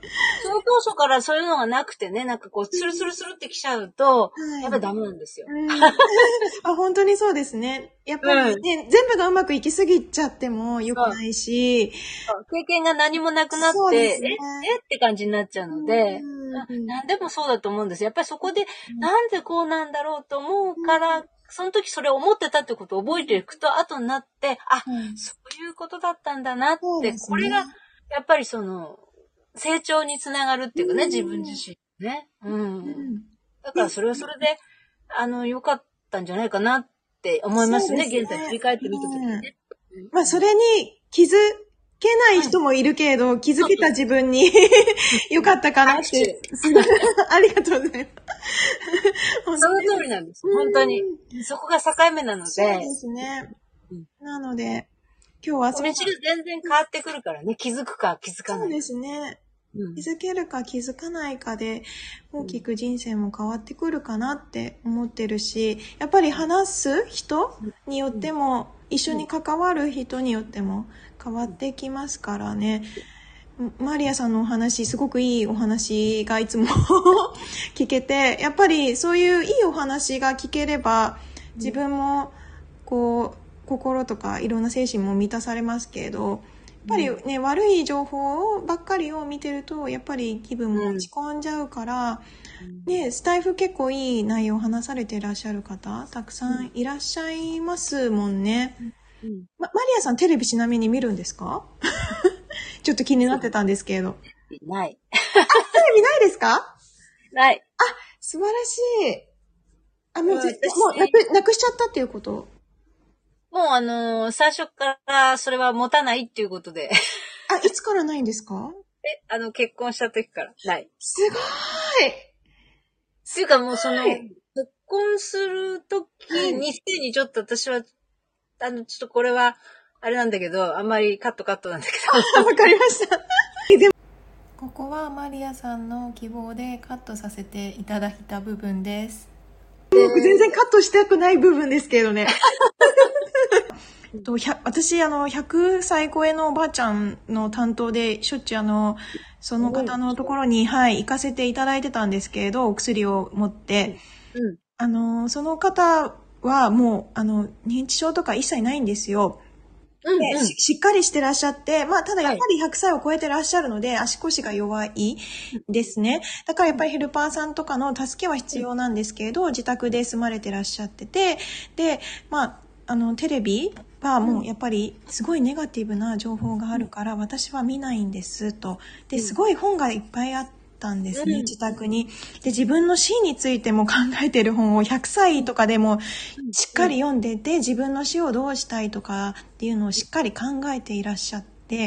S2: その当初からそういうのがなくてね、なんかこう、スルスルスルってきちゃうと、やっぱりダメなんですよ。
S1: 本当にそうですね。やっぱりね、全部がうまくいきすぎちゃっても良くないし、
S2: 経験が何もなくなって、って感じになっちゃうので、何でもそうだと思うんですよ。やっぱりそこで、なんでこうなんだろうと思うから、その時それを思ってたってことを覚えていくと、後になって、そういうことだったんだなって、これが、やっぱり成長につながるっていうかね、自分自身ね。だからそれはそれで、良かったんじゃないかなって思いますね、現在振り返ってみたときにね。
S1: まあ、それに気づけない人もいるけど、気づけた自分に良かったかなって。ありがとうございます。
S2: その通りなんです。本当に。そこが境目なので。そう
S1: ですね。なので、今日は
S2: 道が全然変わってくるからね、気づくか気づかないか。
S1: そうですね。気づけるか気づかないかで大きく人生も変わってくるかなって思ってるし、やっぱり話す人によっても、一緒に関わる人によっても変わってきますからね。マリアさんのお話、すごくいいお話がいつも聞けて、やっぱりそういういいお話が聞ければ、自分もこう、心とかいろんな精神も満たされますけれど、やっぱりね、悪い情報ばっかりを見てると、やっぱり気分も落ち込んじゃうから、ね、スタイフ結構いい内容を話されていらっしゃる方、たくさんいらっしゃいますもんね。マリアさんテレビちなみに見るんですか？ちょっと気になってたんですけど。
S2: ない。
S1: テレビないですか？
S2: ない。
S1: 素晴らしい。もうなくしちゃったっていうこと？
S2: もう最初からそれは持たないっていうことで。
S1: いつからないんですか？
S2: 結婚した時からない。
S1: すごい。
S2: っていうかもう結婚する時にすでにちょっと私は、ちょっとこれは、あれなんだけど、あんまりカットなんだけ
S1: ど。わかりました。ここはマリアさんの希望でカットさせていただいた部分です。全然カットしたくない部分ですけどね。私、100歳超えのおばあちゃんの担当で、しょっちゅうその方のところに、行かせていただいてたんですけれど、お薬を持って。その方はもう、認知症とか一切ないんですよ。しっかりしてらっしゃって、ただやっぱり100歳を超えてらっしゃるので、足腰が弱いですね。だからやっぱりヘルパーさんとかの助けは必要なんですけれど、自宅で住まれてらっしゃってて、で、テレビはもうやっぱりすごいネガティブな情報があるから私は見ないんですと。で、すごい本がいっぱいあったんですね、自宅に。で、自分の死についても考えてる本を100歳とかでもしっかり読んでて、自分の死をどうしたいとかっていうのをしっかり考えていらっしゃって、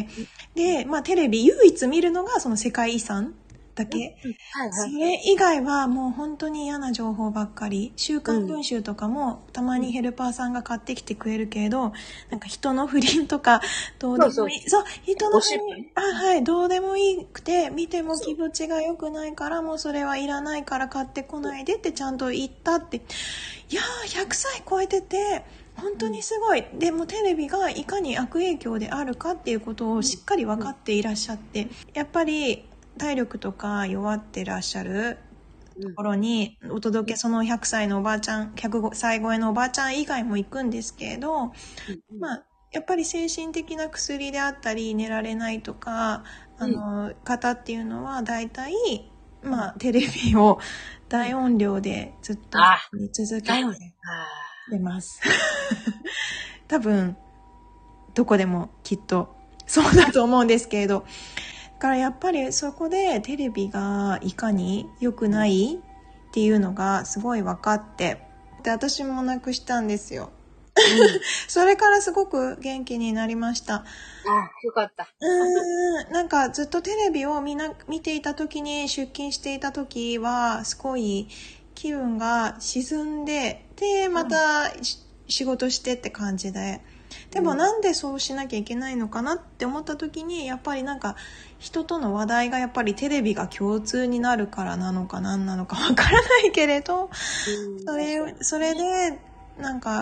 S1: で、テレビ唯一見るのがその世界遺産だけ。それ以外はもう本当に嫌な情報ばっかり。週刊文集とかもたまにヘルパーさんが買ってきてくれるけれど、なんか人の不倫とかどうでもいい。そう、人の不倫。どうでもいいくて、見ても気持ちが良くないから、もうそれはいらないから買ってこないでってちゃんと言ったって。いやー、100歳超えてて、本当にすごい。でもテレビがいかに悪影響であるかっていうことをしっかり分かっていらっしゃって、やっぱり体力とか弱ってらっしゃるところにお届け、その100歳のおばあちゃん、100歳超えのおばあちゃん以外も行くんですけど、やっぱり精神的な薬であったり、寝られないとか、方っていうのは大体、テレビを大音量でずっと見続けてます。多分、どこでもきっとそうだと思うんですけれど、だからやっぱりそこでテレビがいかに良くないっていうのがすごい分かって、で、私もなくしたんですよ。それからすごく元気になりました。
S2: よかった。
S1: なんかずっとテレビを見ていた時に、出勤していた時はすごい気分が沈んで、で、また仕事してって感じで。でもなんでそうしなきゃいけないのかなって思った時に、やっぱりなんか人との話題がやっぱりテレビが共通になるからなのか何なのかわからないけれど、それでなんか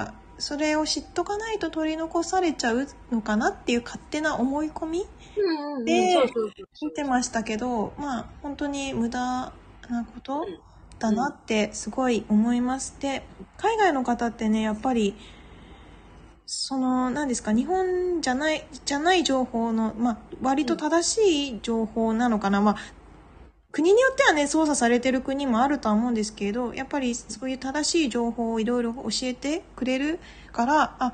S1: それを知っとかないと取り残されちゃうのかなっていう勝手な思い込みで見てましたけど、まあ本当に無駄なことだなってすごい思います。で、海外の方ってね、やっぱり何ですか、日本じゃない情報の、まあ割と正しい情報なのかな。まあ国によってはね、操作されてる国もあるとは思うんですけど、やっぱりそういう正しい情報をいろいろ教えてくれるから、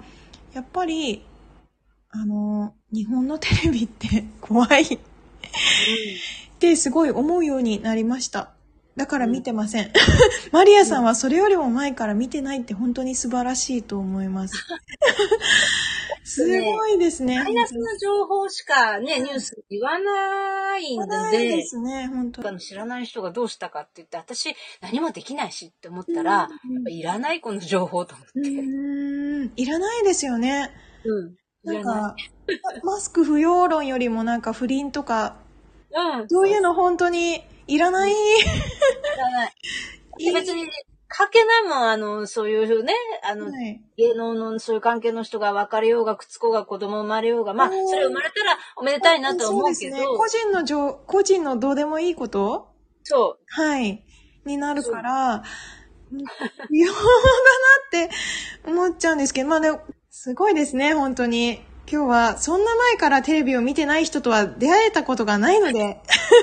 S1: やっぱり、日本のテレビって怖いってすごい思うようになりました。だから見てません。マリアさんはそれよりも前から見てないって本当に素晴らしいと思います。すごいですね。
S2: マイナスの情報しかね、ニュース言わないので、
S1: ですね、本当
S2: に。知らない人がどうしたかって言って、私何もできないしって思ったら、やっぱいらないこの情報と思って。
S1: いらないですよね。なんか、マスク不要論よりもなんか不倫とか、そういうの本当にいらない。い
S2: らない。別に関係ないもん、そういうね、芸能のそういう関係の人が別れようが、くつこうが子供生まれようが、まあ、それ生まれたらおめでたいなとは思うけど。
S1: そうですね。個人のどうでもいいこと
S2: そう。
S1: はい。になるから、不要だなって思っちゃうんですけど、まあでも、すごいですね、本当に。今日は、そんな前からテレビを見てない人とは出会えたことがないので。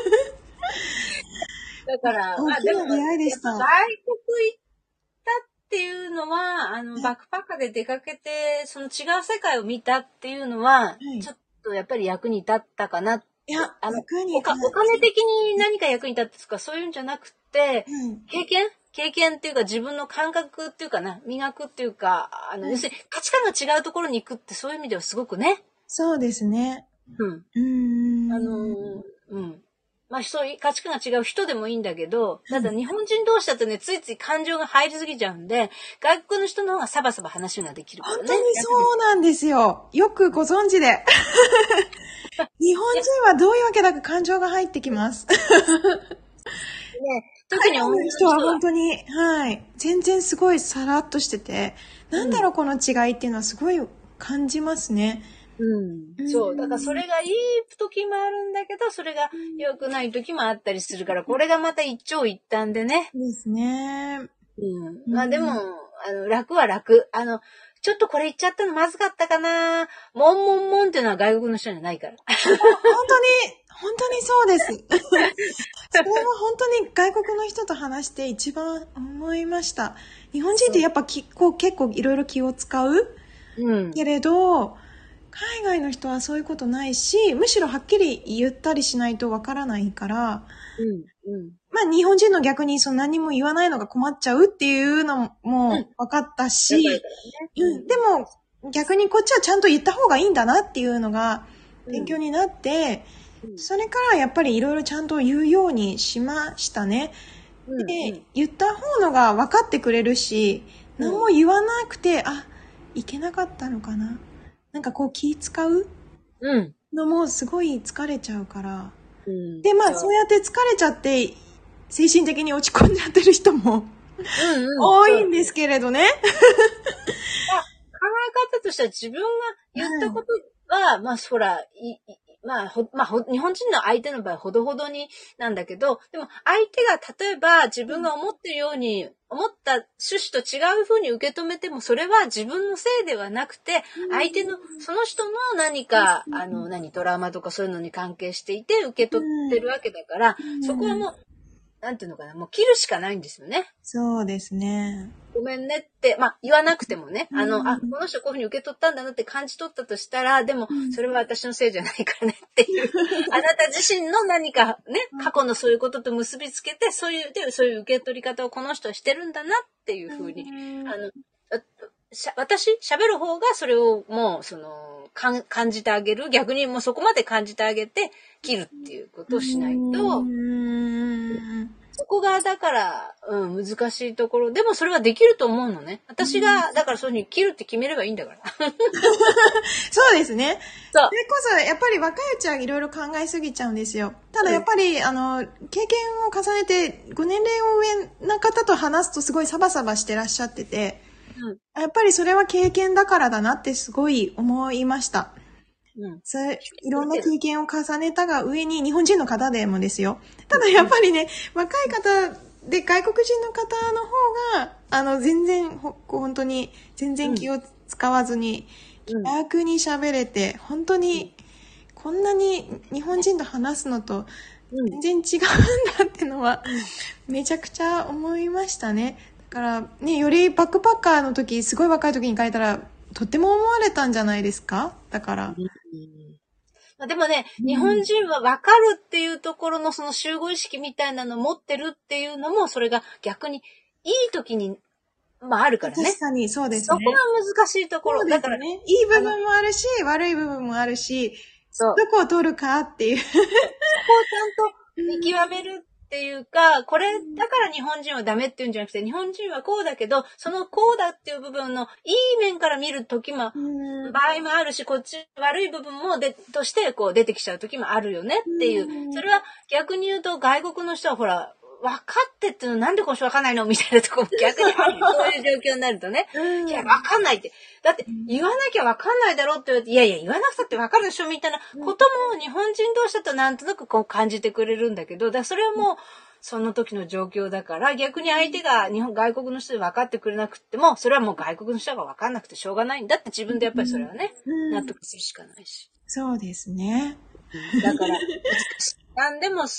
S2: だから、
S1: 大きな出会いでした。
S2: 外国行ったっていうのは、バックパッカーで出かけて、その違う世界を見たっていうのは、ちょっとやっぱり役に立ったかな。
S1: いや、
S2: お金的に何か役に立ったとか、そういうんじゃなくて、経験っていうか自分の感覚っていうかな、磨くっていうか、要するに価値観が違うところに行くってそういう意味ではすごくね。
S1: そうですね。
S2: まあ、そういう価値観が違う人でもいいんだけど、ただ日本人同士だとね、ついつい感情が入りすぎちゃうんで、外国の人の方がサバサバ話ができるからね。
S1: 本当にそうなんですよ。よくご存知で。日本人はどういうわけだか感情が入ってきます。特に女の人は本当に、はい。全然すごいさらっとしてて、なんだろうこの違いっていうのはすごい感じますね。
S2: そう。だからそれがいい時もあるんだけど、それが良くない時もあったりするから、これがまた一長一短でね。
S1: ですね。
S2: まあでも、楽は楽。ちょっとこれ言っちゃったのまずかったかな。もんっていうのは外国の人じゃないから。
S1: 本当にそうです。それは本当に外国の人と話して一番思いました。日本人ってやっぱ結構いろいろ気を使う、けれど、海外の人はそういうことないし、むしろはっきり言ったりしないとわからないから、まあ日本人の逆に何も言わないのが困っちゃうっていうのも分かったし、でも逆にこっちはちゃんと言った方がいいんだなっていうのが勉強になって、それからやっぱりいろいろちゃんと言うようにしましたね。で、言った方のが分かってくれるし、何も言わなくて、いけなかったのかな。なんかこう気使うのもすごい疲れちゃうから。で、まあそうやって疲れちゃって精神的に落ち込んじゃってる人も多いんですけれどね。考
S2: え方としては自分が言ったことは、まあほら、日本人の相手の場合ほどほどになんだけど、でも相手が例えば自分が思ってるように、思った趣旨と違う風に受け止めても、それは自分のせいではなくて、相手の、その人の何か、トラウマとかそういうのに関係していて受け取ってるわけだから、そこはもう、なんていうのかな、もう切るしかないんですよね。
S1: そうですね。
S2: ごめんねって、まあ言わなくてもね、この人こういうふうに受け取ったんだなって感じ取ったとしたら、でもそれは私のせいじゃないからねっていう、あなた自身の何かね、過去のそういうことと結びつけて、そういう受け取り方をこの人はしてるんだなっていうふうに、喋る方がそれをもう、感じてあげる。逆にもうそこまで感じてあげて、切るっていうことをしないと、そこが、だから、難しいところ。でもそれはできると思うのね。私が、だからそういうふうに切るって決めればいいんだから。
S1: そうですね。それこそ、やっぱり若いうちはいろいろ考えすぎちゃうんですよ。ただやっぱり、経験を重ねて、ご年齢を上な方と話すとすごいサバサバしてらっしゃってて、 やっぱりそれは経験だからだなってすごい思いました。いろんな経験を重ねたが上に日本人の方でもですよ。ただやっぱりね、若い方で外国人の方の方が、全然、本当に全然気を使わずに、気楽に喋れて、本当にこんなに日本人と話すのと全然違うんだってのは、めちゃくちゃ思いましたね。だからね、よりバックパッカーの時、すごい若い時に行かれたら、とっても思われたんじゃないですか？だから。
S2: でもね、日本人は分かるっていうところのその集合意識みたいなのを持ってるっていうのも、それが逆にいい時に、あるからね。
S1: 確かにそうですね。
S2: そこが難しいところ。
S1: だからね、いい部分もあるし、悪い部分もあるし、どこを取るかっていう。そこをち
S2: ゃんと見極めるっていうか、これだから日本人はダメっていうんじゃなくて、日本人はこうだけど、そのこうだっていう部分のいい面から見る時も、場合もあるし、こっち悪い部分もとしてこう出てきちゃう時もあるよねっていう。それは逆に言うと外国の人はほら、分かってってのなんでこうし分かんないのみたいなとこも逆にある。そういう状況になるとね。いや、分かんないって。だって言わなきゃ分かんないだろうって言われて、いやいや言わなくたって分かるでしょみたいなことも日本人同士だとなんとなくこう感じてくれるんだけど、それはもうその時の状況だから、逆に相手が外国の人で分かってくれなくっても、それはもう外国の人が分かんなくてしょうがないんだって自分でやっぱりそれはね、納得するしかないし。
S1: そうですね。
S2: だから、なんでも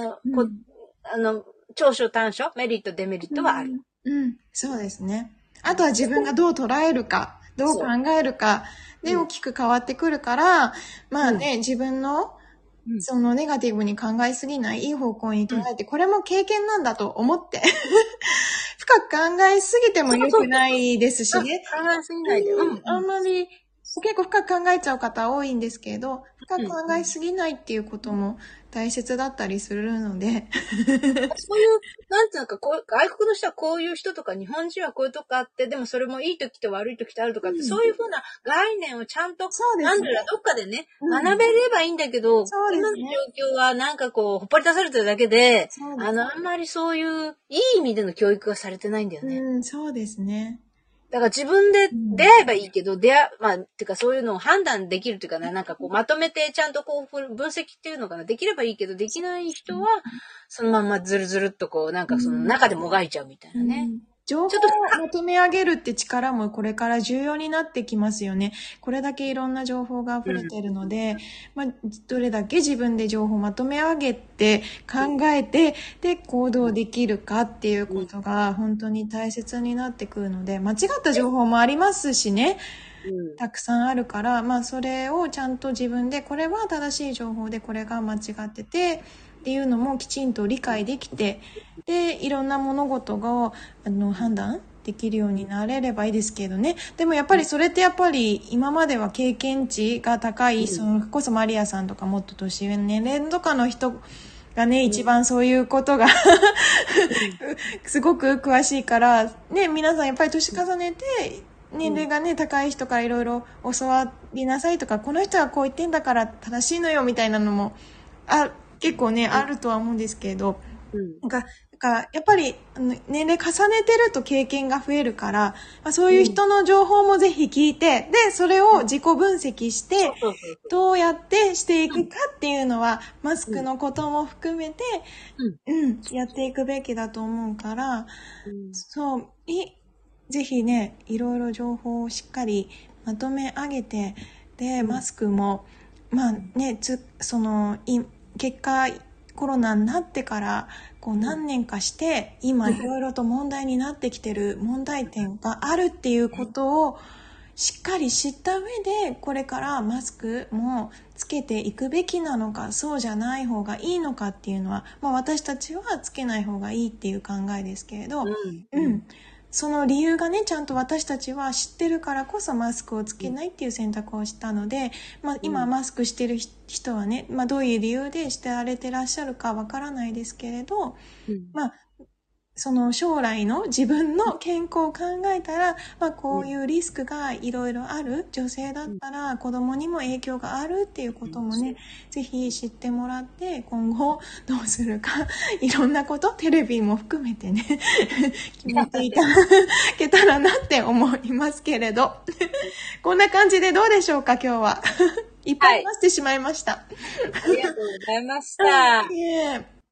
S2: 長所短所、メリット、デメリットはある。
S1: そうですね。あとは自分がどう捉えるか、どう考えるかで大きく変わってくるから、自分のそのネガティブに考えすぎない、いい方向に捉えて、これも経験なんだと思って、深く考えすぎても良くないですしね。
S2: 考えすぎないで。
S1: あんまり、結構深く考えちゃう方多いんですけど、深く考えすぎないっていうことも大切だったりするので。
S2: そういう、なんていうか、外国の人はこういう人とか、日本人はこういうとこあって、でもそれもいい時と悪い時とあるとかって、そういうふうな概念をちゃんと、なんだろう、どっかでね、学べればいいんだけど、今の状況はなんかこう、ほっぽり出されてるだけで、あんまりそういう、いい意味での教育がされてないんだよね。
S1: そうですね。
S2: だから自分で出会えばいいけど、てかそういうのを判断できるっていうかな、なんかこうまとめてちゃんとこう分析っていうのかな、できればいいけど、できない人は、そのまんまずるずるっとこう、なんかその中でもがいちゃうみたいなね。
S1: 情報をまとめ上げるって力もこれから重要になってきますよね。これだけいろんな情報が溢れているので、どれだけ自分で情報をまとめ上げて考えて、で、行動できるかっていうことが本当に大切になってくるので、間違った情報もありますしね。たくさんあるから、それをちゃんと自分で、これは正しい情報でこれが間違ってて、っていうのもきちんと理解できて、で、いろんな物事が判断できるようになれればいいですけどね。でもやっぱりそれってやっぱり今までは経験値が高い、そのこそマリアさんとかもっと年上の年齢とかの人がね、一番そういうことがすごく詳しいから、ね、皆さんやっぱり年重ねて、年齢がね、高い人からいろいろ教わりなさいとか、この人はこう言ってんだから正しいのよみたいなのも、結構ね、あるとは思うんですけど、なんかやっぱり年齢重ねてると経験が増えるから、そういう人の情報もぜひ聞いて、で、それを自己分析して、どうやってしていくかっていうのは、マスクのことも含めて、やっていくべきだと思うから、ぜひね、いろいろ情報をしっかりまとめ上げて、で、マスクも、結果、コロナになってから何年かして今いろいろと問題になってきてる問題点があるっていうことをしっかり知った上で、これからマスクもつけていくべきなのか、そうじゃない方がいいのかっていうのは、私たちはつけない方がいいっていう考えですけれど、その理由がね、ちゃんと私たちは知ってるからこそマスクをつけないっていう選択をしたので、今マスクしてる人はね、どういう理由でしてられてらっしゃるかわからないですけれど、その将来の自分の健康を考えたら、こういうリスクがいろいろある。女性だったら子供にも影響があるっていうこともね、ぜひ知ってもらって、今後どうするか、いろんなこと、テレビも含めてね、決めていただけたたらなって思いますけれど。こんな感じでどうでしょうか、今日は。いっぱい話してしまいました。
S2: ありがとうございました。
S1: いえ